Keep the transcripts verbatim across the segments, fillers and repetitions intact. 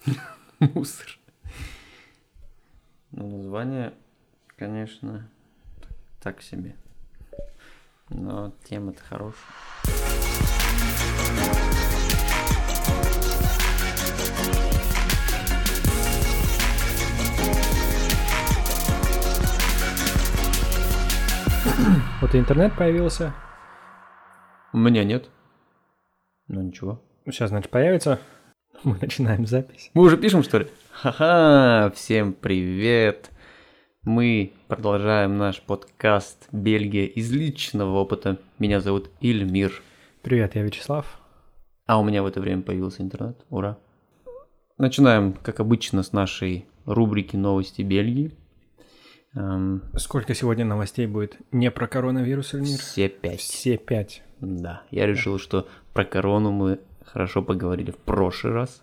Мусор. Ну, название, конечно, так себе. Но тема-то хорошая. Вот и интернет появился. У меня нет. Ну ничего. Сейчас, значит, появится. Мы начинаем запись. Мы уже пишем, что ли? Ха-ха, всем привет. Мы продолжаем наш подкаст «Бельгия из личного опыта». Меня зовут Ильмир. Привет, я Вячеслав. А у меня в это время появился интернет. Ура. Начинаем, как обычно, с нашей рубрики «Новости Бельгии». Эм, Сколько сегодня новостей будет не про коронавирус, Ильмир? Все пять. Все пять. Да, я решил, что про корону мы хорошо поговорили в прошлый раз.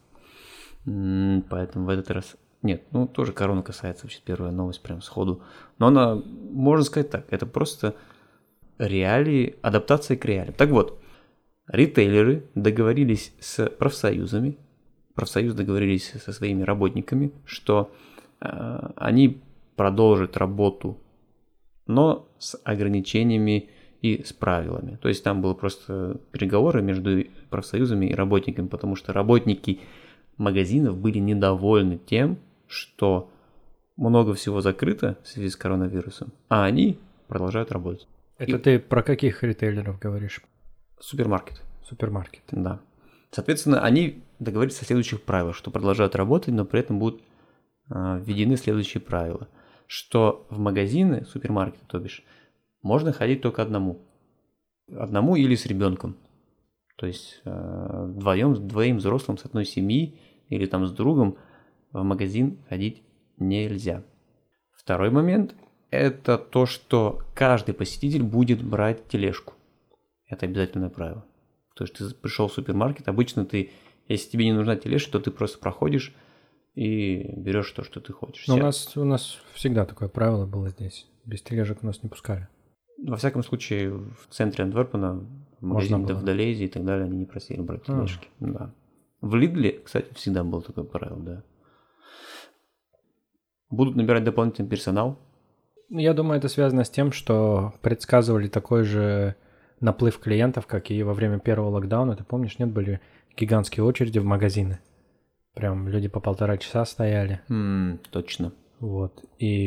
М, Поэтому в этот раз... Нет, ну тоже корону касается, вообще первая новость прям сходу. Но она, можно сказать так, это просто реалии, адаптация к реалиям. Так вот, ритейлеры договорились с профсоюзами, профсоюзы договорились со своими работниками, что э, они продолжат работу, но с ограничениями и с правилами. То есть там было просто переговоры между профсоюзами и работниками, потому что работники магазинов были недовольны тем, что много всего закрыто в связи с коронавирусом, а они продолжают работать. Это И- ты про каких ритейлеров говоришь? Супермаркет. Супермаркет. Да. Соответственно, они договорились о следующих правилах, что продолжают работать, но при этом будут а, введены следующие правила, что в магазины, супермаркеты, то бишь, можно ходить только одному. Одному или с ребенком. То есть э, вдвоем, двоим взрослым с одной семьи или там с другом в магазин ходить нельзя. Второй момент – это то, что каждый посетитель будет брать тележку. Это обязательное правило. То есть ты пришел в супермаркет, обычно ты, если тебе не нужна тележка, то ты просто проходишь и берешь то, что ты хочешь. Но у Ся- нас, у нас всегда такое правило было здесь. Без тележек нас не пускали. Во всяком случае, в центре Антверпена, в магазине было. в Долейзе и так далее, они не просили брать А. тележки. Да. В Лидле, кстати, всегда было такое правило, да. Будут набирать дополнительный персонал. Ну, я думаю, это связано с тем, что предсказывали такой же наплыв клиентов, как и во время первого локдауна. Ты помнишь, нет, были гигантские очереди в магазины. Прям люди по полтора часа стояли. М, точно. Вот.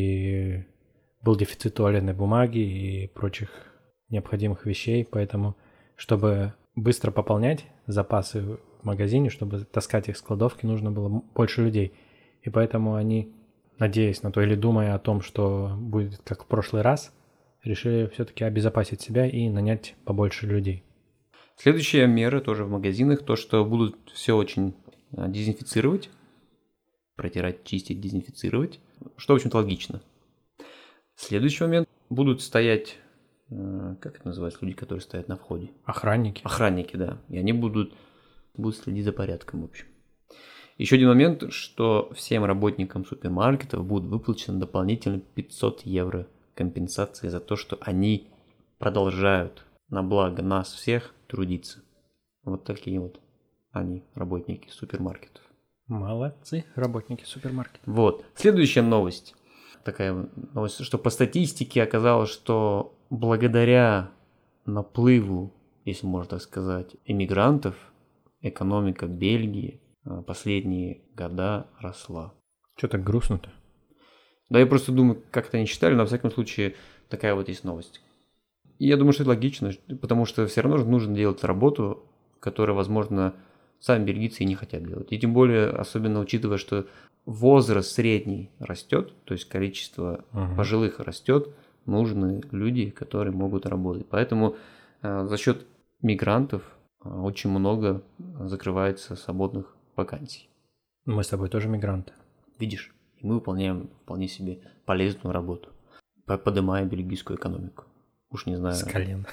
И был дефицит туалетной бумаги и прочих необходимых вещей. Поэтому, чтобы быстро пополнять запасы в магазине, чтобы таскать их с кладовки, нужно было м- больше людей. И поэтому они, надеясь на то или думая о том, что будет как в прошлый раз, решили все-таки обезопасить себя и нанять побольше людей. Следующая мера тоже в магазинах, то, что будут все очень а, дезинфицировать, протирать, чистить, дезинфицировать, что, в общем-то, логично. Следующий момент, будут стоять, э, как это называется, люди, которые стоят на входе? Охранники. Охранники, да. И они будут, будут следить за порядком, в общем. Еще один момент, что всем работникам супермаркетов будут выплачены дополнительно пятьсот евро компенсации за то, что они продолжают на благо нас всех трудиться. Вот такие вот они, работники супермаркетов. Молодцы, работники супермаркета. Вот. Следующая новость. Такая новость, что по статистике оказалось, что благодаря наплыву, если можно так сказать, иммигрантов, экономика Бельгии а, последние года росла. Что так грустно-то? Да, я просто думаю, как это они считали, но во всяком случае такая вот есть новость. И я думаю, что это логично, потому что все равно же нужно делать работу, которую, возможно, сами бельгийцы и не хотят делать. И тем более, особенно учитывая, что возраст средний растет, то есть количество Мгм. пожилых растет, нужны люди, которые могут работать. Поэтому э, за счет мигрантов э, очень много закрывается свободных вакансий. Мы с тобой тоже мигранты. Видишь, и мы выполняем вполне себе полезную работу, по- поднимая бельгийскую экономику. Уж не знаю. С колен.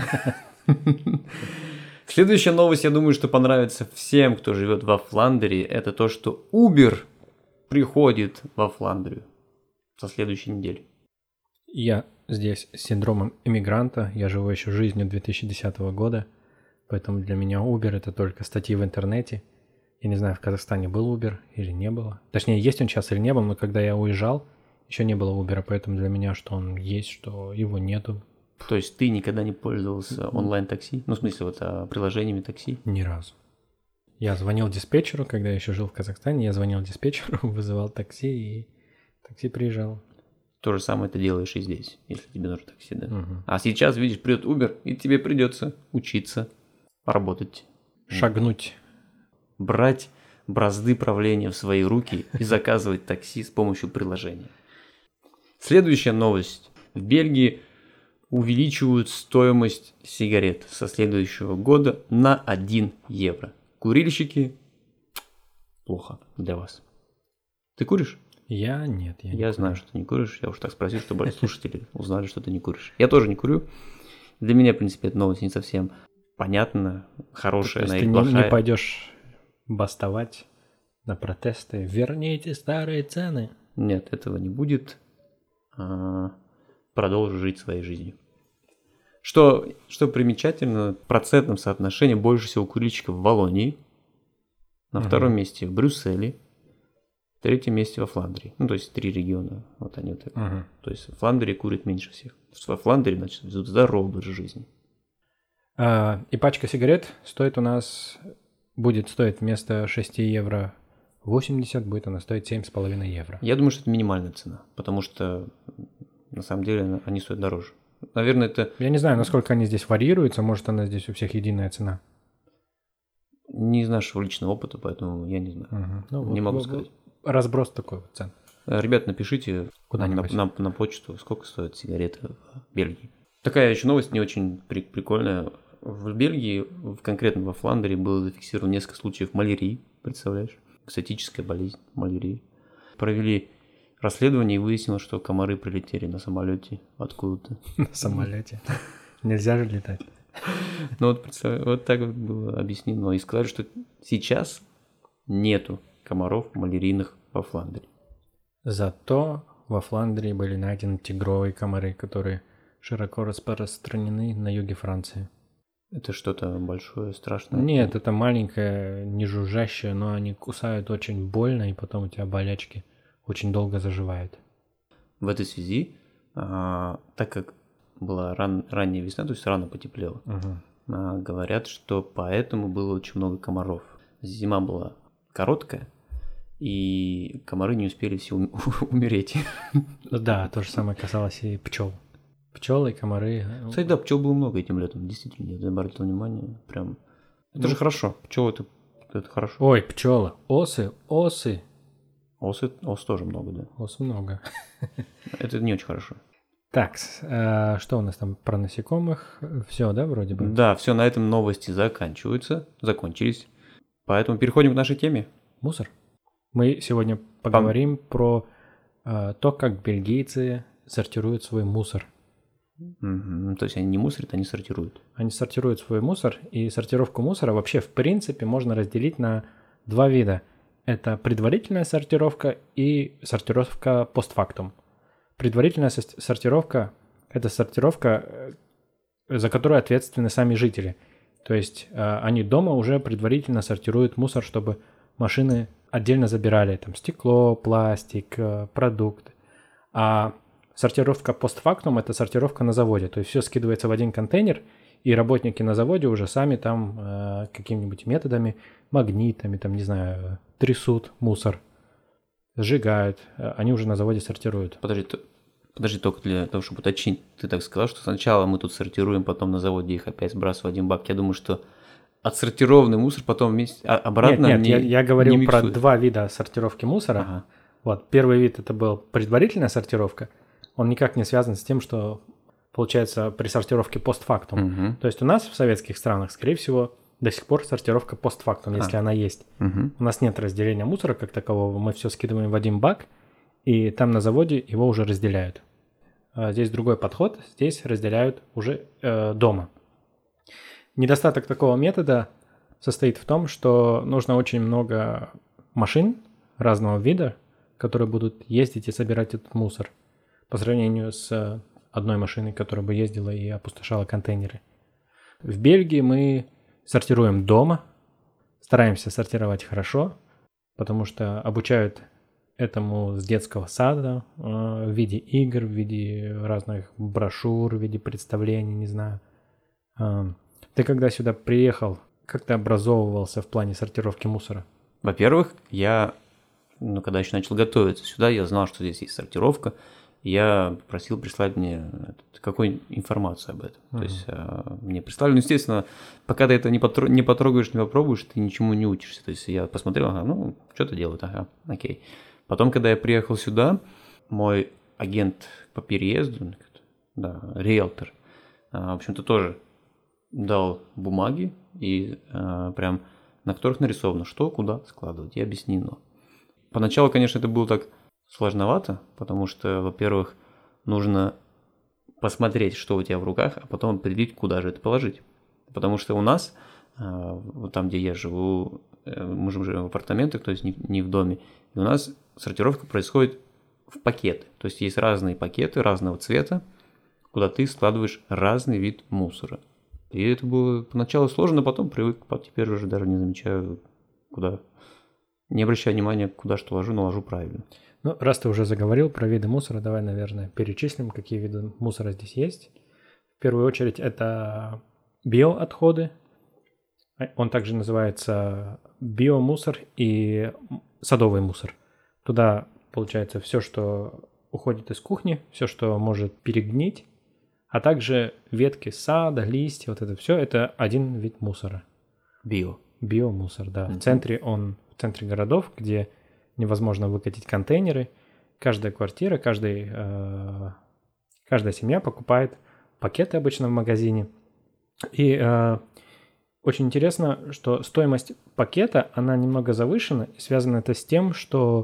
Следующая новость, я думаю, что понравится всем, кто живет во Фландрии, это то, что Uber приходит во Фландрию со следующей недели. Я здесь с синдромом иммигранта. Я живу еще жизнью две тысячи десятого года. Поэтому для меня Uber — это только статьи в интернете Я не знаю, в Казахстане был Uber или не было. Точнее, есть он сейчас или не был, но когда я уезжал, еще не было Uber, поэтому для меня, что он есть, что его нету. То есть ты никогда не пользовался онлайн-такси? Ну, в смысле, вот а, приложениями такси? Ни разу. Я звонил диспетчеру, когда я еще жил в Казахстане, я звонил диспетчеру, вызывал такси, и такси приезжало. То же самое ты делаешь и здесь, если тебе нужно такси, да? Угу. А сейчас, видишь, придет Uber, и тебе придется учиться, работать. Шагнуть. Брать бразды правления в свои руки и заказывать такси с помощью приложения. Следующая новость. В Бельгии увеличивают стоимость сигарет со следующего года на один евро. Курильщики, плохо для вас. Ты куришь? Я нет. Я, не я курю. знаю, что ты не куришь. Я уж так спросил, чтобы слушатели узнали, что ты не куришь. Я тоже не курю. Для меня, в принципе, эта новость не совсем понятна, хорошая, она и плохая. плохая. Ты не, не пойдешь бастовать на протесты. Верните старые цены. Нет, этого не будет. Продолжу жить своей жизнью. Что, что примечательно, в процентном соотношении больше всего курильщиков в Валлонии, на uh-huh. втором месте в Брюсселе, в третьем месте во Фландрии. Ну, то есть три региона. Вот они вот это. Uh-huh. То есть в Фландрии курят меньше всех. Во Фландрии, значит, ведут здоровый образ жизни. А, и пачка сигарет стоит у нас, будет стоить вместо шесть евро восемьдесят, будет она стоить семь с половиной евро. Я думаю, что это минимальная цена, потому что на самом деле они стоят дороже. Наверное, это... Я не знаю, насколько они здесь варьируются, может, она здесь у всех единая цена. Не из нашего личного опыта, поэтому я не знаю. Угу. Ну, не вот, могу вот, сказать. Разброс такой вот цен. Ребят, напишите на, на, на почту, сколько стоят сигареты в Бельгии. Такая еще новость не очень при, прикольная. В Бельгии, конкретно во Фландрии, было зафиксировано несколько случаев малярии, представляешь? Экзотическая болезнь, малярии. Провели расследование и выяснилось, что комары прилетели на самолете откуда-то. На самолете? Нельзя же летать. Ну вот, вот так вот было объяснено. И сказали, что сейчас нету комаров малярийных во Фландрии. Зато во Фландрии были найдены тигровые комары, которые широко распространены на юге Франции. Это что-то большое, страшное? Нет, это маленькое, не жужжащее, но они кусают очень больно, и потом у тебя болячки очень долго заживают. В этой связи, а, так как была ран, ранняя весна, то есть рано потеплело, угу. а, говорят, что поэтому было очень много комаров. Зима была короткая, и комары не успели все умереть. Да, то же самое касалось и пчел. Пчелы, комары. Кстати, да, пчел было много этим летом, действительно, я обратил внимание, прям. Это ну, же хорошо, пчелы это, это хорошо. Ой, пчелы, осы, осы. Осы, ос тоже много, да. Ос много. Это не очень хорошо. Так, а что у нас там про насекомых? Все, да, вроде бы? Да, все, на этом новости заканчиваются, закончились. Поэтому переходим к нашей теме. Мусор. Мы сегодня поговорим Пом... про а, то, как бельгийцы сортируют свой мусор. Mm-hmm. То есть они не мусорят, они сортируют. Они сортируют свой мусор, и сортировку мусора вообще в принципе можно разделить на два вида. Это предварительная сортировка и сортировка постфактум. Предварительная сортировка – это сортировка, за которую ответственны сами жители. То есть они дома уже предварительно сортируют мусор, чтобы машины отдельно забирали там стекло, пластик, продукты. А сортировка постфактум – это сортировка на заводе. То есть все скидывается в один контейнер, и работники на заводе уже сами там э, какими-нибудь методами, магнитами, там, не знаю, трясут мусор, сжигают. Они уже на заводе сортируют. Подожди, подожди только для того, чтобы уточнить. Ты так сказал, что сначала мы тут сортируем, потом на заводе их опять сбрасываем в один бак. Я думаю, что отсортированный мусор потом вместе обратно Нет, нет, не, я, я говорил не про два вида сортировки мусора. Ага. Вот, первый вид – это был предварительная сортировка. Он никак не связан с тем, что получается при сортировке постфактум. Угу. То есть у нас в советских странах, скорее всего, до сих пор сортировка постфактум, если а. она есть. Угу. У нас нет разделения мусора как такового, мы все скидываем в один бак, и там на заводе его уже разделяют. А здесь другой подход, здесь разделяют уже э, дома. Недостаток такого метода состоит в том, что нужно очень много машин разного вида, которые будут ездить и собирать этот мусор, по сравнению с одной машиной, которая бы ездила и опустошала контейнеры. В Бельгии мы сортируем дома. стараемся сортировать хорошо, потому что обучают этому с детского сада э, в виде игр, в виде разных брошюр, в виде представлений, не знаю. Э, ты когда сюда приехал, как ты образовывался в плане сортировки мусора? Во-первых, я, ну, когда еще начал готовиться сюда, я знал, что здесь есть сортировка. Я просил прислать мне какую-нибудь информацию об этом. Uh-huh. То есть а, мне прислали, ну, естественно, пока ты это не, потро- не потрогаешь, не попробуешь, ты ничему не учишься. То есть я посмотрел, ага, ну, что-то делают, ага, окей. Потом, когда я приехал сюда, мой агент по переезду, да, риэлтор, а, в общем-то, тоже дал бумаги, и а, прям на которых нарисовано, что, куда складывать, и объяснено. Поначалу, конечно, это было так сложновато, потому что, во-первых, нужно посмотреть, что у тебя в руках, а потом определить, куда же это положить. Потому что у нас, вот там, где я живу, мы же живем в апартаментах, то есть не в доме, и у нас сортировка происходит в пакеты. То есть есть разные пакеты разного цвета, куда ты складываешь разный вид мусора. И это было поначалу сложно, потом привык, теперь уже даже не замечаю, куда, не обращаю внимания, куда что ложу, но ложу правильно. Ну, раз ты уже заговорил про виды мусора, давай, наверное, перечислим, какие виды мусора здесь есть. В первую очередь это биоотходы. Он также называется биомусор и садовый мусор. Туда, получается, все, что уходит из кухни, все, что может перегнить, а также ветки сада, листья, вот это все, это один вид мусора. Био. Биомусор, да. Mm-hmm. В центре он, в центре городов, где невозможно выкатить контейнеры. Каждая квартира, каждый, э, каждая семья покупает пакеты обычно в магазине. И э, очень интересно, что стоимость пакета, она немного завышена, и связано это с тем, что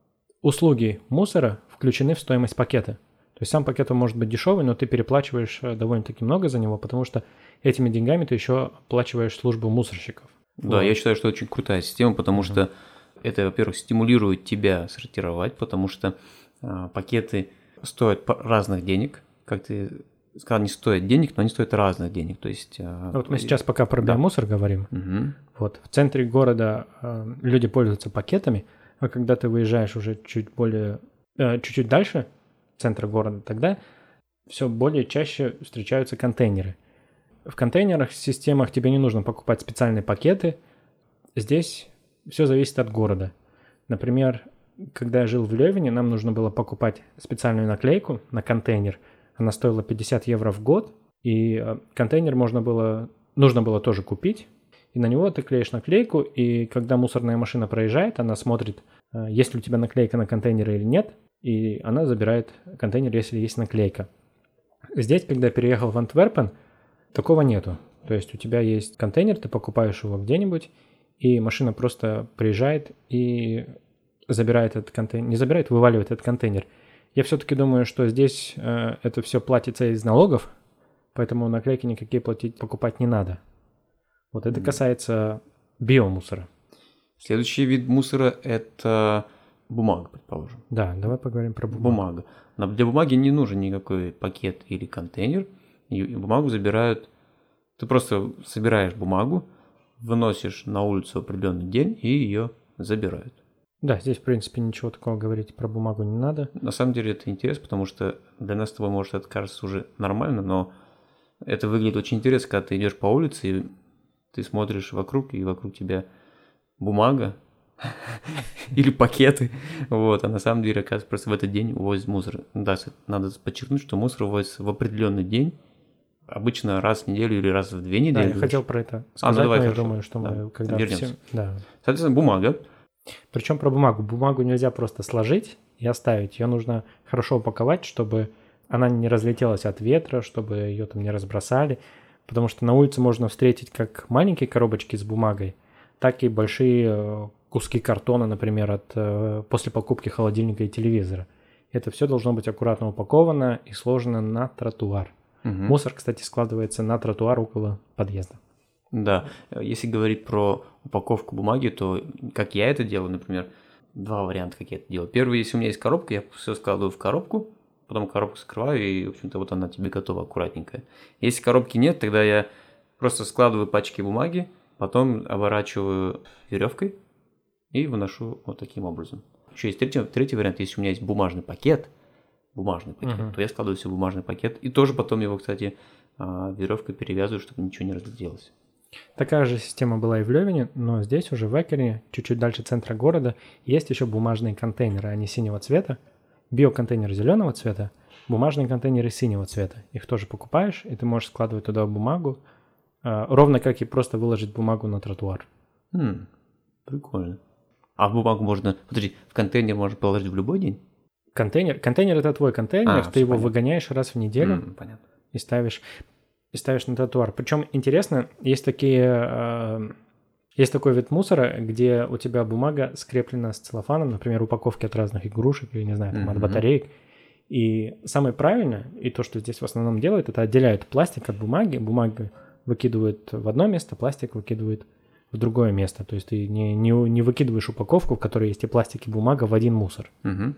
услуги мусора включены в стоимость пакета. То есть сам пакет может быть дешевый, но ты переплачиваешь довольно-таки много за него, потому что этими деньгами ты еще оплачиваешь службу мусорщиков. Да, вот. Я считаю, что это очень крутая система, потому mm-hmm. что это, во-первых, стимулирует тебя сортировать, потому что а, пакеты стоят разных денег, как ты сказал, не стоят денег, но они стоят разных денег. То есть, а, вот мы сейчас пока про да. биомусор говорим. Угу. Вот в центре города а, люди пользуются пакетами, а когда ты выезжаешь уже чуть более, а, чуть-чуть дальше центра города, тогда все более чаще встречаются контейнеры. В контейнерах, системах тебе не нужно покупать специальные пакеты. Здесь все зависит от города. Например, когда я жил в Левине, нам нужно было покупать специальную наклейку на контейнер. Она стоила пятьдесят евро в год, и контейнер можно было, нужно было тоже купить. И на него ты клеишь наклейку, и когда мусорная машина проезжает, она смотрит, есть ли у тебя наклейка на контейнере или нет, и она забирает контейнер, если есть наклейка. Здесь, когда я переехал в Антверпен, такого нету. То есть у тебя есть контейнер, ты покупаешь его где-нибудь, и машина просто приезжает и забирает этот контейнер. Не забирает, вываливает этот контейнер. Я все-таки думаю, что здесь э, это все платится из налогов, поэтому наклейки никакие платить, покупать не надо. Вот это касается биомусора. Следующий вид мусора – это бумага, предположим. Да, давай поговорим про бумагу. Бумага. Но для бумаги не нужен никакой пакет или контейнер. И бумагу забирают. Ты просто собираешь бумагу, выносишь на улицу в определенный день и ее забирают. Да, здесь, в принципе, ничего такого говорить про бумагу не надо. На самом деле это интересно, потому что для нас с тобой, может, это кажется уже нормально, но это выглядит очень интересно, когда ты идешь по улице, и ты смотришь вокруг, и вокруг тебя бумага или пакеты. Вот, а на самом деле, оказывается, просто в этот день увозят мусор. Да, надо подчеркнуть, что мусор увозится в определенный день, обычно раз в неделю или раз в две недели. Да, я хотел про это сказать, а, ну, давай, но хорошо. Я думаю, что да, мы когда вернемся. все... Да. Соответственно, бумага. Причем про бумагу. Бумагу нельзя просто сложить и оставить. Ее нужно хорошо упаковать, чтобы она не разлетелась от ветра, чтобы ее там не разбросали. Потому что на улице можно встретить как маленькие коробочки с бумагой, так и большие куски картона, например, от, после покупки холодильника и телевизора. Это все должно быть аккуратно упаковано и сложено на тротуар. Угу. Мусор, кстати, складывается на тротуар около подъезда. Да, если говорить про упаковку бумаги, то как я это делаю, например, два варианта, как я это делаю. Первый, если у меня есть коробка, я все складываю в коробку, потом коробку скрываю, и, в общем-то, вот она тебе готова аккуратненькая. Если коробки нет, тогда я просто складываю пачки бумаги потом оборачиваю веревкой и выношу вот таким образом. Еще есть третий, третий вариант, если у меня есть бумажный пакет, бумажный пакет, uh-huh. то я складываю все в бумажный пакет и тоже потом его, кстати, веревкой перевязываю, чтобы ничего не разлетелось. Такая же система была и в Левине, но здесь уже в Экере, чуть-чуть дальше центра города, есть еще бумажные контейнеры, они синего цвета, биоконтейнеры зеленого цвета, бумажные контейнеры синего цвета. Их тоже покупаешь, и ты можешь складывать туда бумагу, ровно как и просто выложить бумагу на тротуар. Хм, прикольно. А в бумагу можно, подожди, в контейнер можно положить в любой день? Контейнер, контейнер это твой контейнер, а, ты его понятно. Выгоняешь раз в неделю mm, понятно. и ставишь, и ставишь на тротуар. Причем интересно, есть такие, э, есть такой вид мусора, где у тебя бумага скреплена с целлофаном, например, упаковки от разных игрушек или не знаю, там, mm-hmm. от батареек. И самое правильное, и то, что здесь в основном делают, это отделяют пластик от бумаги, бумагу выкидывают в одно место, пластик выкидывают в другое место. То есть ты не, не, не выкидываешь упаковку, в которой есть и пластик, и бумага, в один мусор. Mm-hmm.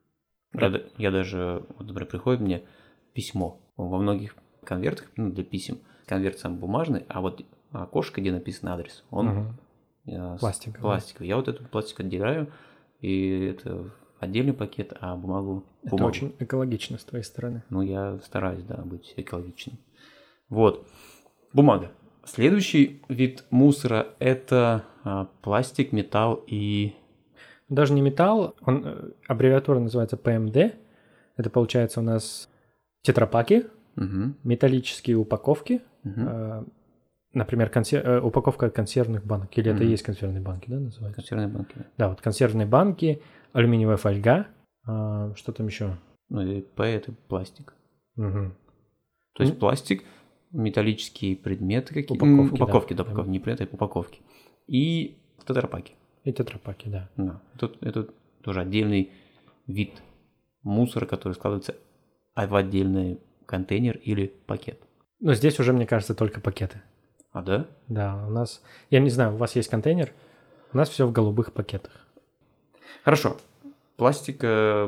Я, я даже, вот, например, приходит мне письмо. Во многих конвертах, ну, для писем, конверт сам бумажный, а вот окошко, где написан адрес, он угу. пластиковый. пластиковый. Я вот этот пластик отделяю, и это отдельный пакет, а бумагу... Это бумагу. Очень экологично с твоей стороны. Ну, я стараюсь, да, быть экологичным. Вот. Бумага. Следующий вид мусора – это а, пластик, металл и... Даже не металл, он, аббревиатура называется пэ эм дэ. Это получается у нас тетрапаки, угу. металлические упаковки, угу. э, например, консер... э, упаковка от консервных банок. Или угу. это и есть консервные банки, да, называется? Консервные банки. Да, да вот консервные банки, алюминиевая фольга, э, что там еще? Ну и П – это пластик. Угу. То есть mm. пластик, металлические предметы какие-то. Упаковки, упаковки, да, да, упаковки, не предметы, а упаковки. И тетрапаки. И тетрапаки, да. Да. Это, это тоже отдельный вид мусора, который складывается в отдельный контейнер или пакет. Но здесь уже, мне кажется, только пакеты. А, да? Да, у нас... Я не знаю, у вас есть контейнер? У нас все в голубых пакетах. Хорошо. Пластик,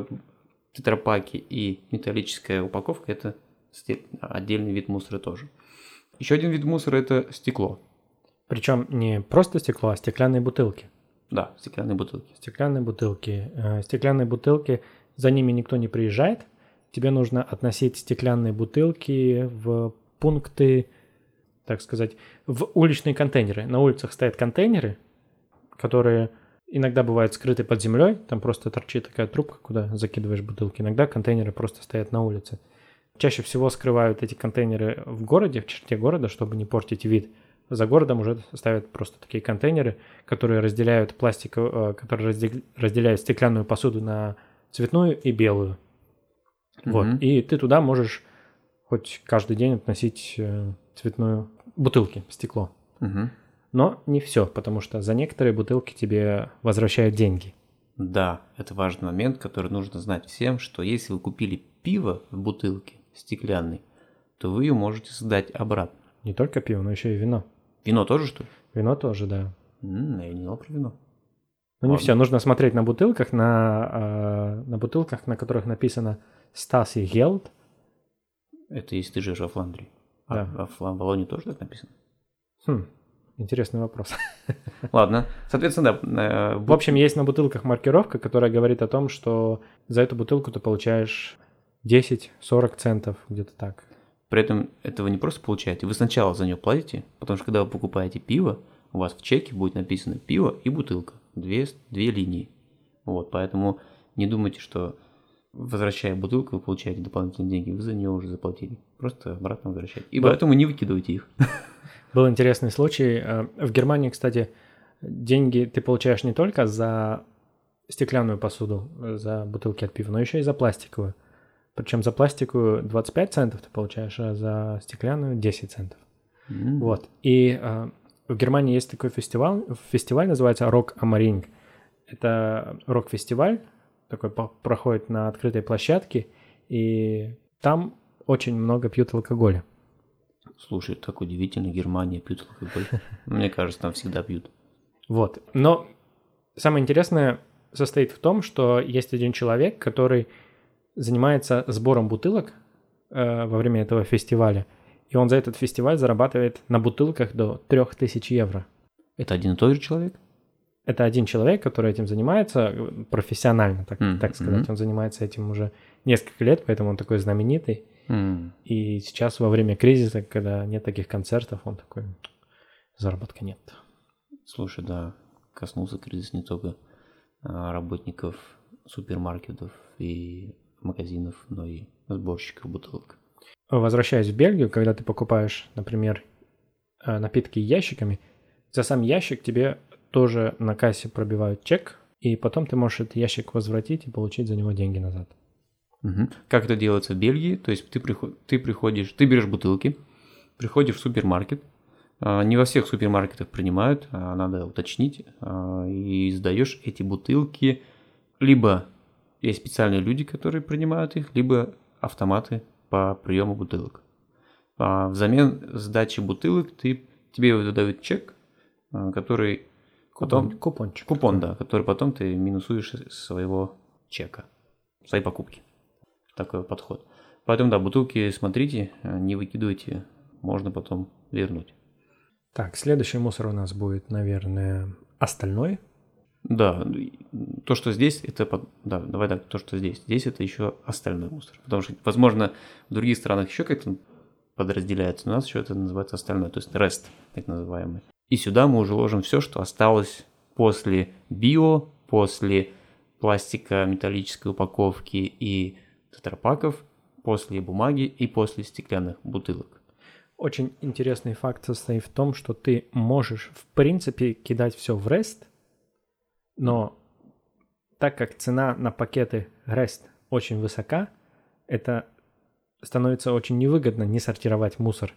тетрапаки и металлическая упаковка – это отдельный вид мусора тоже. Еще один вид мусора – это стекло. Причем не просто стекло, а стеклянные бутылки. Да, стеклянные бутылки. Стеклянные бутылки. Стеклянные бутылки, за ними никто не приезжает. Тебе нужно относить стеклянные бутылки в пункты, так сказать, в уличные контейнеры. На улицах стоят контейнеры, которые иногда бывают скрыты под землей. Там просто торчит такая трубка, куда закидываешь бутылки. Иногда контейнеры просто стоят на улице. Чаще всего скрывают эти контейнеры в городе, в черте города, чтобы не портить вид. За городом уже ставят просто такие контейнеры, которые разделяют пластик, которые разделяют стеклянную посуду на цветную и белую. Mm-hmm. Вот. И ты туда можешь хоть каждый день относить цветную бутылки, стекло. Mm-hmm. Но не все, потому что за некоторые бутылки тебе возвращают деньги. Да, это важный момент, который нужно знать всем, что если вы купили пиво в бутылке стеклянной, то вы ее можете сдать обратно. Не только пиво, но еще и вино. Вино тоже, что ли? Вино тоже, да. М-м, я не знал про вино. Ну не все, нужно смотреть на бутылках, на, э, на бутылках, на которых написано «Стаси Гелд». Это если ты живешь во Фландрии. Да. А в Волоне тоже так написано? Хм, интересный вопрос. Ладно, соответственно, да. В общем, есть на бутылках маркировка, которая говорит о том, что за эту бутылку ты получаешь десять-сорок центов, где-то так. При этом этого не просто получаете, вы сначала за нее платите, потому что когда вы покупаете пиво, у вас в чеке будет написано пиво и бутылка, две, две линии. Вот, поэтому не думайте, что возвращая бутылку, вы получаете дополнительные деньги, вы за нее уже заплатили. Просто обратно возвращаете. И Был... поэтому не выкидывайте их. Был интересный случай. В Германии, кстати, деньги ты получаешь не только за стеклянную посуду, за бутылки от пива, но еще и за пластиковую. Причем за пластиковую двадцать пять центов ты получаешь, а за стеклянную десять центов. Mm-hmm. Вот. И э, в Германии есть такой фестиваль, фестиваль называется Rock am Ring. Это рок-фестиваль, такой по- проходит на открытой площадке, и там очень много пьют алкоголя. Слушай, так удивительно, Германия пьют алкоголь. Мне кажется, там всегда пьют. Вот. Но самое интересное состоит в том, что есть один человек, который занимается сбором бутылок э, во время этого фестиваля. И он за этот фестиваль зарабатывает на бутылках до трех тысяч евро. Это один и тот же человек? Это один человек, который этим занимается профессионально, так, mm-hmm. так сказать. Он занимается этим уже несколько лет, поэтому он такой знаменитый. Mm. И сейчас во время кризиса, когда нет таких концертов, он такой, заработка нет. Слушай, да, коснулся кризис не только работников супермаркетов и магазинов, но и сборщиков бутылок. Возвращаясь в Бельгию, когда ты покупаешь, например, напитки ящиками, за сам ящик тебе тоже на кассе пробивают чек, и потом ты можешь этот ящик возвратить и получить за него деньги назад. Угу. Как это делается в Бельгии? То есть ты, приход, ты приходишь, ты берешь бутылки, приходишь в супермаркет, не во всех супермаркетах принимают, надо уточнить, и сдаешь эти бутылки, либо есть специальные люди, которые принимают их, либо автоматы по приему бутылок. Взамен сдачи бутылок ты, тебе выдают чек, который Купон, потом... Купончик. Купон, да, который потом ты минусуешь из своего чека, своей покупки. Такой подход. Поэтому, да, бутылки смотрите, не выкидывайте, можно потом вернуть. Так, следующий мусор у нас будет, наверное, остальной. Да, то, что здесь, это, да, давай так, то, что здесь, здесь это еще остальной мусор. Потому что, возможно, в других странах еще как-то подразделяется, у нас еще это называется остальной, то есть rest, так называемый. И сюда мы уже ложим все, что осталось после био, после пластика, металлической упаковки и тетрапаков, после бумаги и после стеклянных бутылок. Очень интересный факт состоит в том, что ты можешь, в принципе, кидать все в REST, но так как цена на пакеты REST очень высока, это становится очень невыгодно не сортировать мусор.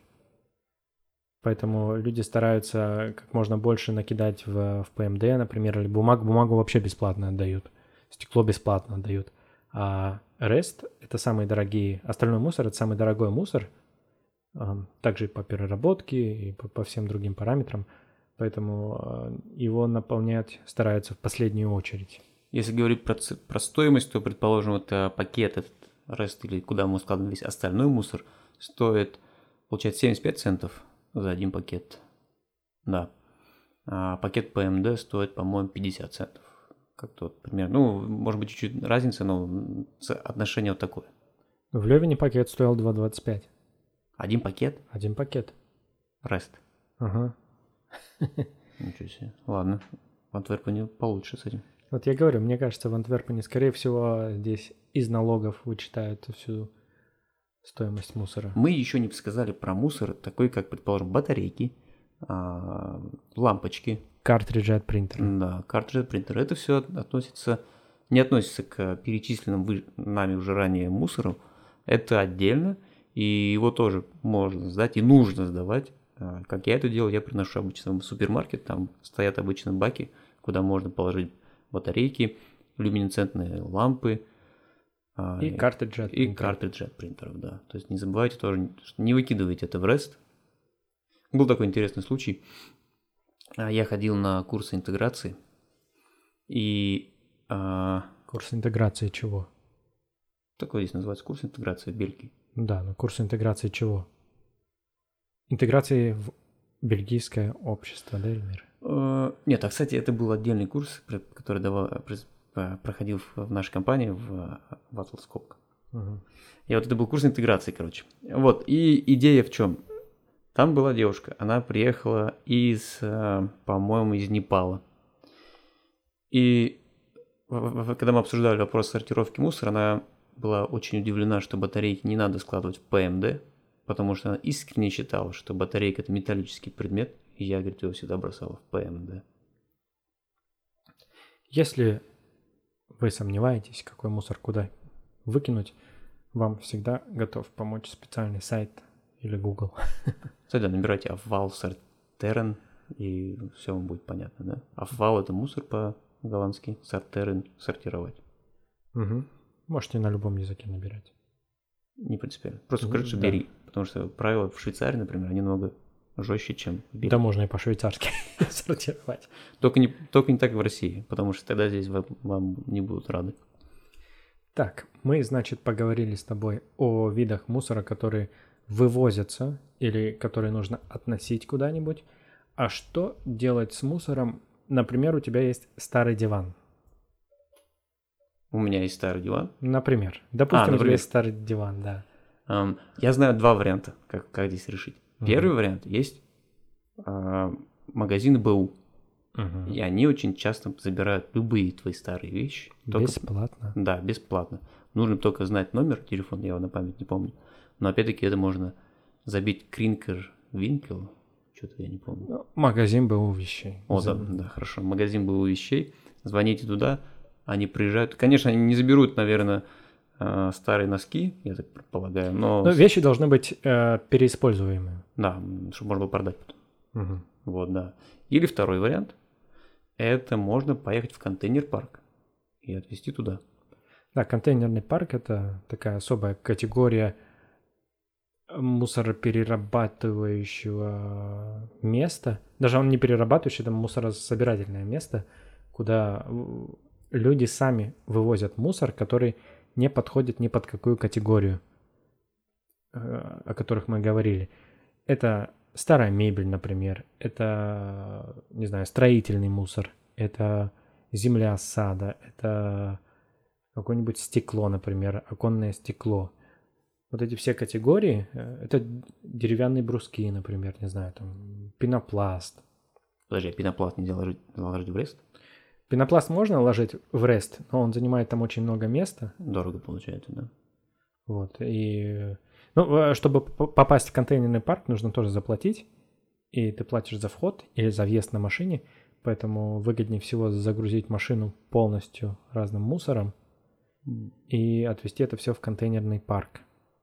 Поэтому люди стараются как можно больше накидать в, в пэ эм дэ, например, или бумагу. Бумагу вообще бесплатно отдают, стекло бесплатно отдают. А REST – это самые дорогие, остальной мусор – это самый дорогой мусор, также и по переработке, и по, по всем другим параметрам. Поэтому его наполнять стараются в последнюю очередь. Если говорить про, про стоимость, то, предположим, это пакет, этот REST, или куда мы складываем весь остальной мусор, стоит, получается, семьдесят пять центов за один пакет. Да. А пакет пэ эм дэ стоит, по-моему, пятьдесят центов. Как-то вот примерно. Ну, может быть, чуть-чуть разница, но отношение вот такое. В Левине пакет стоил два двадцать пять. Один пакет? Один пакет. REST. Ага. Ничего себе. Ладно. В Антверпене получше с этим. Вот я говорю, мне кажется, в Антверпене, скорее всего, здесь из налогов вычитают всю стоимость мусора. Мы еще не сказали про мусор, такой как, предположим, батарейки, лампочки. Картриджи от принтера. Да, картриджи от принтера. Это все относится, не относится к перечисленным нами уже ранее мусору. Это отдельно, и его тоже можно сдать и нужно сдавать. Как я это делаю, я приношу обычно в супермаркет, там стоят обычно баки, куда можно положить батарейки, люминесцентные лампы. И картриджи от принтеров. И картриджи от принтеров, да. То есть не забывайте тоже, не выкидывайте это в REST. Был такой интересный случай. Я ходил на курсы интеграции. И... Курс интеграции чего? Такой здесь называется курс интеграции в Бельгии. Да, но курс интеграции чего? Интеграции в бельгийское общество, да, Эльмир? Нет, а, кстати, это был отдельный курс, который давал, проходил в нашей компании в Ватлскок. Угу. И вот это был курс интеграции, короче. Вот, и идея в чем? Там была девушка, она приехала из, по-моему, из Непала. И когда мы обсуждали вопрос сортировки мусора, она была очень удивлена, что батарейки не надо складывать в пэ эм дэ, потому что она искренне считала, что батарейка – это металлический предмет, и я, говорит, его всегда бросала в пэ эм дэ. Если вы сомневаетесь, какой мусор куда выкинуть, вам всегда готов помочь специальный сайт или Google. Кстати, да, набирайте Afval Sorteren, и все вам будет понятно, да? Afval – это мусор по-голландски, Sorteren – сортировать. Угу. Можете на любом языке набирать. Не принципиально. Просто скажите, что бери. Потому что правила в Швейцарии, например, они намного жестче, чем в Бельгии. Да можно и по-швейцарски сортировать. Только не, только не так в России, потому что тогда здесь вам, вам не будут рады. Так, мы, значит, поговорили с тобой о видах мусора, которые вывозятся или которые нужно относить куда-нибудь. А что делать с мусором? Например, у тебя есть старый диван. У меня есть старый диван. Например. Допустим, А, у тебя например. есть старый диван, да. Um, я знаю два варианта, как, как здесь решить. Мгм. Первый вариант есть а, магазины БУ. Мгм. И они очень часто забирают любые твои старые вещи. Только- Бесплатно. Да, бесплатно. Нужно только знать номер телефона, я его на память не помню. Но опять-таки это можно забить Кринкер Винкел. Что-то я не помню. Ну, магазин БУ вещей. О, да, да, хорошо. Магазин БУ вещей. Звоните туда, они приезжают. Конечно, они не заберут, наверное, э, старые носки, я так предполагаю, но... Но вещи должны быть э, переиспользуемые. Да, чтобы можно было продать потом. Мгм. Вот, да. Или второй вариант. Это можно поехать в контейнер-парк и отвезти туда. Да, контейнерный парк – это такая особая категория мусороперерабатывающего места. Даже он не перерабатывающий, это мусорособирательное место, куда э, люди сами вывозят мусор, который не подходит ни под какую категорию, э, о которых мы говорили. Это старая мебель, например, это, не знаю, строительный мусор, это земля сада, это какое-нибудь стекло, например, оконное стекло. Вот эти все категории, э, это деревянные бруски, например, не знаю, там пенопласт. Подожди, а пенопласт нельзя ложить, ложить в рест? Пенопласт можно ложить в рест, но он занимает там очень много места. Дорого получается, да? Вот, и... Ну, э, чтобы п- попасть в контейнерный парк, нужно тоже заплатить, и ты платишь за вход или за въезд на машине, поэтому выгоднее всего загрузить машину полностью разным мусором и отвезти это все в контейнерный парк.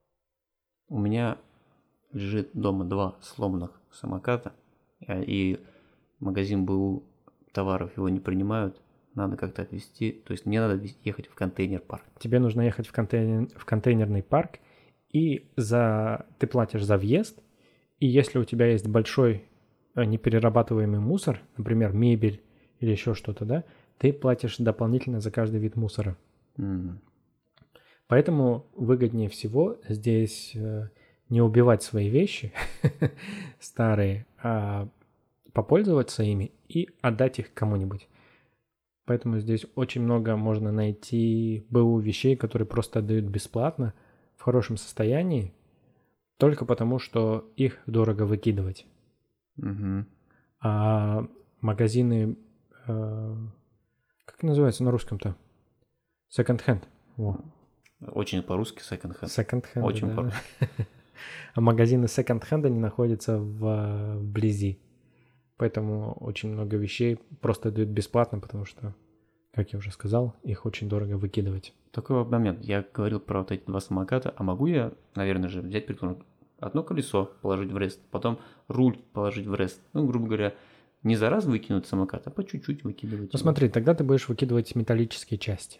У меня лежит дома два сломанных самоката, а- и магазин БУ товаров его не принимают. Надо как-то отвезти, то есть мне надо вез- ехать в контейнер-парк. Тебе нужно ехать в, контейнер, в контейнерный парк, и за, ты платишь за въезд, и если у тебя есть большой э, неперерабатываемый мусор, например, мебель или еще что-то, да, ты платишь дополнительно за каждый вид мусора. М. Поэтому выгоднее всего здесь э, не убивать свои вещи старые, а попользоваться ими и отдать их кому-нибудь. Поэтому здесь очень много можно найти БУ вещей, которые просто отдают бесплатно, в хорошем состоянии, только потому, что их дорого выкидывать. Мгм. А магазины, э, как называется на русском-то? Second-hand. Во. Очень по-русски second-hand. Second-hand, Очень да. по-русски. А магазины секонд-хенда не находятся в, вблизи. Поэтому очень много вещей просто дают бесплатно, потому что, как я уже сказал, их очень дорого выкидывать. Такой момент. Я говорил про вот эти два самоката, а могу я, наверное же, взять, предположим, одно колесо положить в рест, потом руль положить в рест. Ну, грубо говоря, не за раз выкинуть самокат, а по чуть-чуть выкидывать. Ну его. смотри, тогда ты будешь выкидывать металлические части.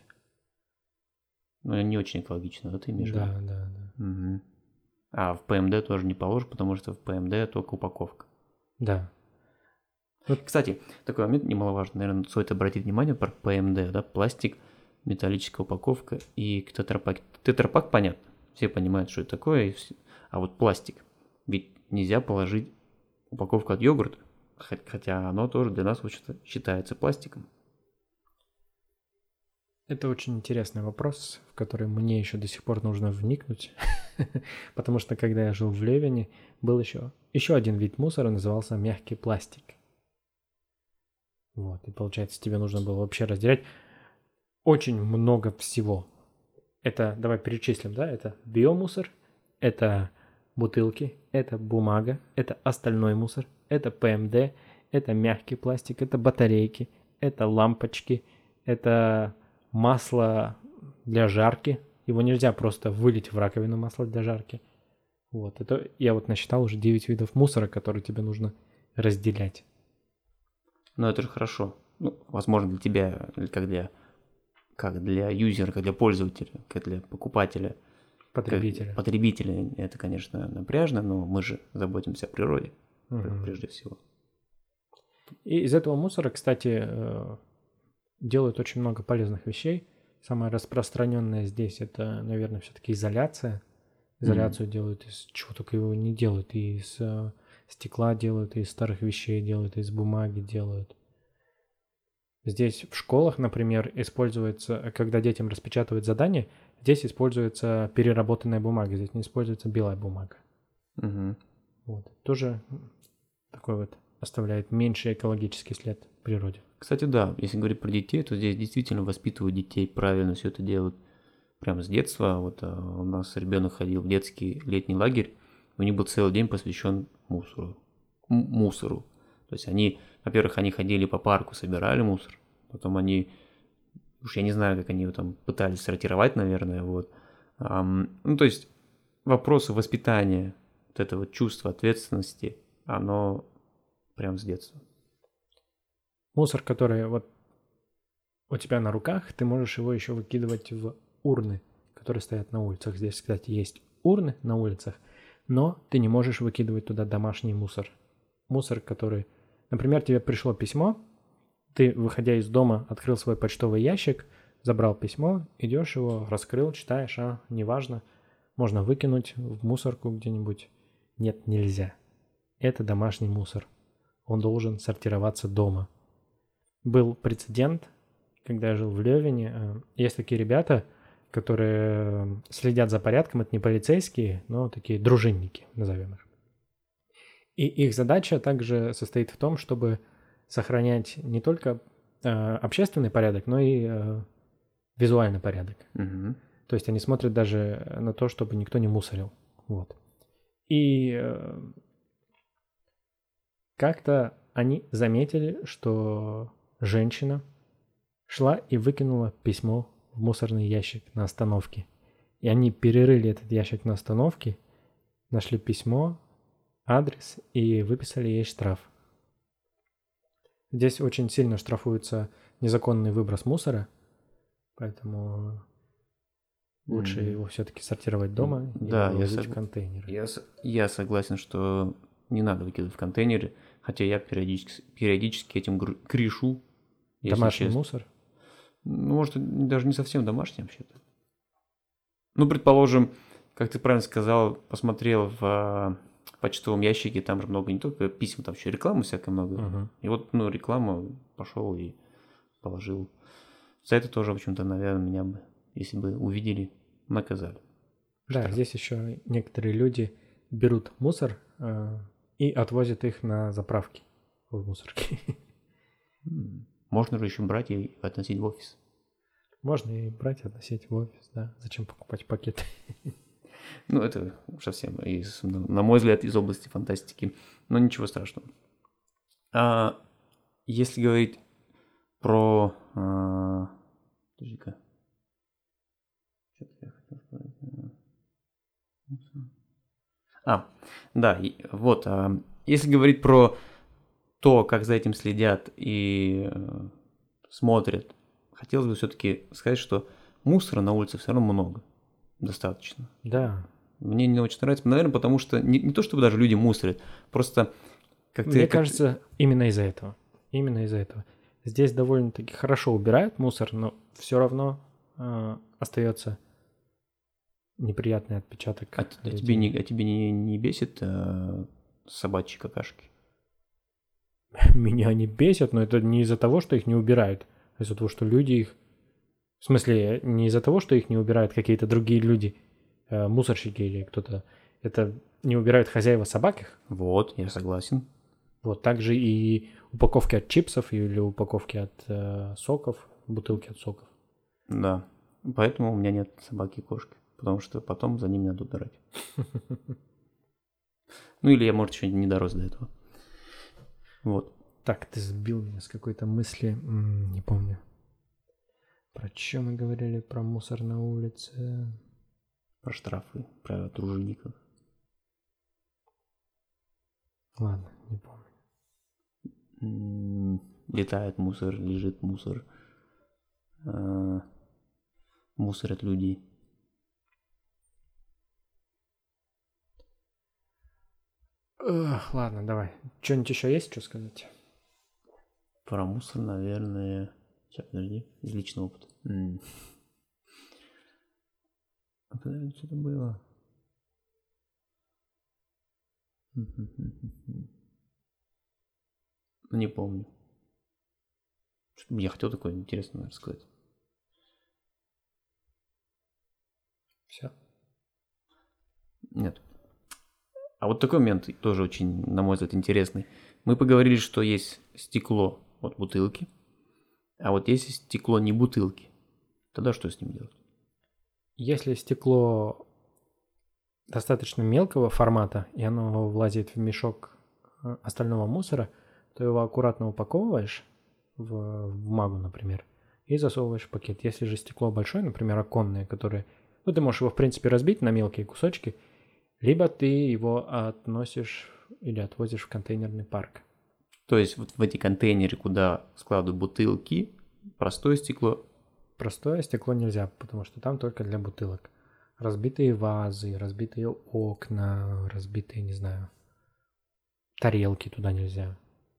Ну, не очень экологично, да, ты имеешь в Да, виду? да, да. Мгм. А в ПМД тоже не положишь, потому что в ПМД только упаковка. Да. Кстати, такой момент немаловажный, наверное, стоит обратить внимание про ПМД, да, пластик, металлическая упаковка и тетрапак. Тетрапак, понятно, все понимают, что это такое, и все. А вот пластик, ведь нельзя положить упаковку от йогурта, хо- хотя оно тоже для нас вообще-то считается пластиком. Это очень интересный вопрос, в который мне еще до сих пор нужно вникнуть, потому что когда я жил в Левине, был еще, еще один вид мусора, назывался мягкий пластик. Вот, и получается, тебе нужно было вообще разделять очень много всего. Это, давай перечислим, да, это биомусор, это бутылки, это бумага, это остальной мусор, это ПМД, это мягкий пластик, это батарейки, это лампочки, это масло для жарки. Его нельзя просто вылить в раковину, масло для жарки. Вот, это я вот насчитал уже девять видов мусора, которые тебе нужно разделять. Но это же хорошо. Ну, возможно, для тебя, или как для, как для юзера, как для пользователя, как для покупателя, Потребителя. как потребителя, это, конечно, напряжно, но мы же заботимся о природе, Мгм. прежде всего. И из этого мусора, кстати, э, делают очень много полезных вещей. Самое распространенное здесь это, наверное, все-таки изоляция. Изоляцию делают из чего только его не делают. И из э, стекла делают, из старых вещей делают, из бумаги делают. Здесь в школах, например, используется, когда детям распечатывают задания, здесь используется переработанная бумага, здесь не используется белая бумага. Угу. Вот. Тоже такой вот оставляет меньший экологический след в природе. Кстати, да, если говорить про детей, то здесь действительно воспитывают детей, правильно все это делают прямо с детства. Вот а, у нас ребенок ходил в детский летний лагерь, у них был целый день посвящен мусору. М- мусору. То есть они, во-первых, они ходили по парку, собирали мусор, потом они, уж я не знаю, как они его там пытались сортировать, наверное, вот. Ам, ну, то есть вопросы воспитания, вот этого чувства ответственности, оно прям с детства. Мусор, который вот у тебя на руках, ты можешь его еще выкидывать в урны, которые стоят на улицах. Здесь, кстати, есть урны на улицах, но ты не можешь выкидывать туда домашний мусор. Мусор, который... Например, тебе пришло письмо, ты, выходя из дома, открыл свой почтовый ящик, забрал письмо, идешь его, раскрыл, читаешь, а, неважно, можно выкинуть в мусорку где-нибудь. Нет, нельзя. Это домашний мусор. Он должен сортироваться дома. Был прецедент, когда я жил в Левине. Есть такие ребята, которые следят за порядком. Это не полицейские, но такие дружинники, назовем их. И их задача также состоит в том, чтобы сохранять не только э, общественный порядок, но и э, визуальный порядок. Угу. То есть они смотрят даже на то, чтобы никто не мусорил. Вот. И э, как-то они заметили, что женщина шла и выкинула письмо в мусорный ящик на остановке. И они перерыли этот ящик на остановке, нашли письмо, адрес и выписали ей штраф. Здесь очень сильно штрафуется незаконный выброс мусора, поэтому лучше mm. его все-таки сортировать дома и да, вывозить я сог... в контейнеры. Я, я согласен, что не надо выкидывать в контейнеры, хотя я периодически, периодически этим грешу. Домашний честно. мусор? Ну, может, даже не совсем домашний вообще-то. Ну, предположим, как ты правильно сказал, посмотрел в почтовом ящике, там же много не только писем, там еще рекламы всякой много. Uh-huh. И вот, ну, рекламу пошел и положил. За это тоже, в общем-то, наверное, меня бы, если бы увидели, наказали. Да, Штраф. Здесь еще некоторые люди берут мусор э, и отвозят их на заправки в мусорки. Можно же еще брать и относить в офис. Можно и брать и относить в офис, да. Зачем покупать пакеты? Ну, это совсем, из, на мой взгляд, из области фантастики. Но ничего страшного. А если говорить про... А, подожди-ка. Что-то я хотел сказать. А, да, вот. А, если говорить про то, как за этим следят и э, смотрят, хотелось бы все-таки сказать, что мусора на улице все равно много. Достаточно. Да. Мне не очень нравится, наверное, потому что не, не то, чтобы даже люди мусорят, просто как Мне ты... кажется, как... именно из-за этого. Именно из-за этого. Здесь довольно-таки хорошо убирают мусор, но все равно э, остается неприятный отпечаток. А, а тебе, не, а тебе не, не бесит э, собачьи какашки? Меня не бесят, но это не из-за того, что их не убирают, а из-за того, что люди их... В смысле, не из-за того, что их не убирают какие-то другие люди, э, мусорщики или кто-то. Это не убирают хозяева собак их. Вот, я согласен. Вот, также и упаковки от чипсов или упаковки от э, соков, бутылки от соков. Да, поэтому у меня нет собаки и кошки, потому что потом за ними надо убирать. Ну или я, может, еще не дорос до этого. Вот. Так, ты сбил меня с какой-то мысли, М-м, не помню. Про что мы говорили? Про мусор на улице? Про штрафы, про дружинников. Ладно, не помню. М-м, летает мусор, лежит мусор. А- мусорят люди. Эх, ладно, давай. Что-нибудь еще есть, что сказать? Про мусор, наверное... Сейчас, подожди. Из личного опыта. М-м. А подожди, что это было? Не помню. Я хотел такое интересное рассказать. Все. Нет. А вот такой момент тоже очень, на мой взгляд, интересный. Мы поговорили, что есть стекло от бутылки, а вот если стекло не бутылки, тогда что с ним делать? Если стекло достаточно мелкого формата, и оно влазит в мешок остального мусора, то его аккуратно упаковываешь в бумагу, например, и засовываешь в пакет. Если же стекло большое, например, оконное, которое... Ну, ты можешь его, в принципе, разбить на мелкие кусочки, либо ты его относишь или отвозишь в контейнерный парк. То есть вот в эти контейнеры, куда складывают бутылки, простое стекло... Простое стекло нельзя, потому что там только для бутылок. Разбитые вазы, разбитые окна, разбитые, не знаю, тарелки туда нельзя.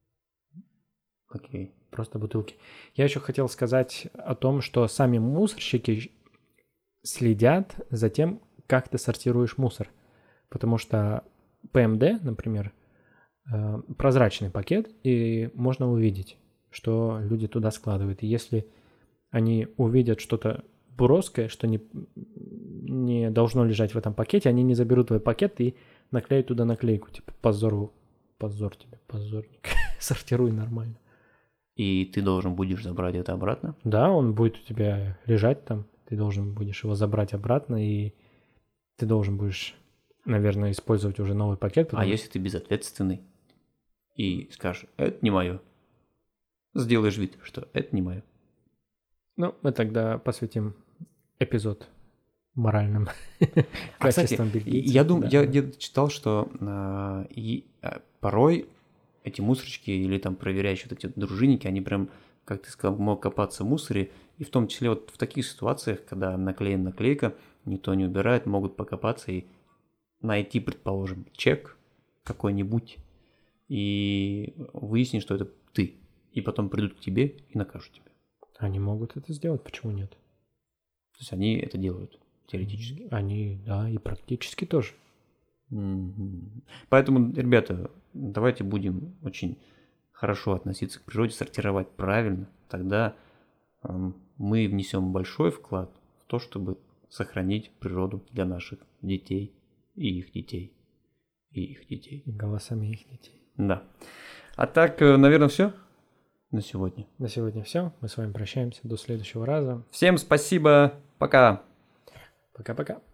Окей. Просто бутылки. Я еще хотел сказать о том, что сами мусорщики следят за тем, как ты сортируешь мусор. Потому что ПМД, например, прозрачный пакет, и можно увидеть, что люди туда складывают. И если они увидят что-то броское, что не, не должно лежать в этом пакете, они не заберут твой пакет и наклеят туда наклейку, типа позору, позор тебе, позорник, сортируй нормально. И ты должен будешь забрать это обратно? Да, он будет у тебя лежать там, ты должен будешь его забрать обратно, и ты должен будешь, наверное, использовать уже новый пакет. А если ты безответственный и скажешь, это не мое, сделаешь вид, что это не мое. Ну, мы тогда посвятим эпизод моральным а, кстати, качествам бельгийцев. Я, дум, да. я где-то читал, что а, и, а, порой эти мусорщики или там проверяющие вот эти вот дружинники, они прям, как ты сказал, могут копаться в мусоре, и в том числе вот в таких ситуациях, когда наклеена наклейка, никто не убирает, могут покопаться и найти, предположим, чек какой-нибудь и выяснить, что это ты, и потом придут к тебе и накажут тебя. Они могут это сделать, почему нет? То есть они это делают теоретически. Они, да, и практически тоже. Mm-hmm. Поэтому, ребята, давайте будем очень хорошо относиться к природе, сортировать правильно. Тогда эм, мы внесем большой вклад в то, чтобы сохранить природу для наших детей и их детей. И их детей. И голосами их детей. Да. А так, наверное, все на сегодня. На сегодня все. Мы с вами прощаемся. До следующего раза. Всем спасибо. Пока. Пока-пока.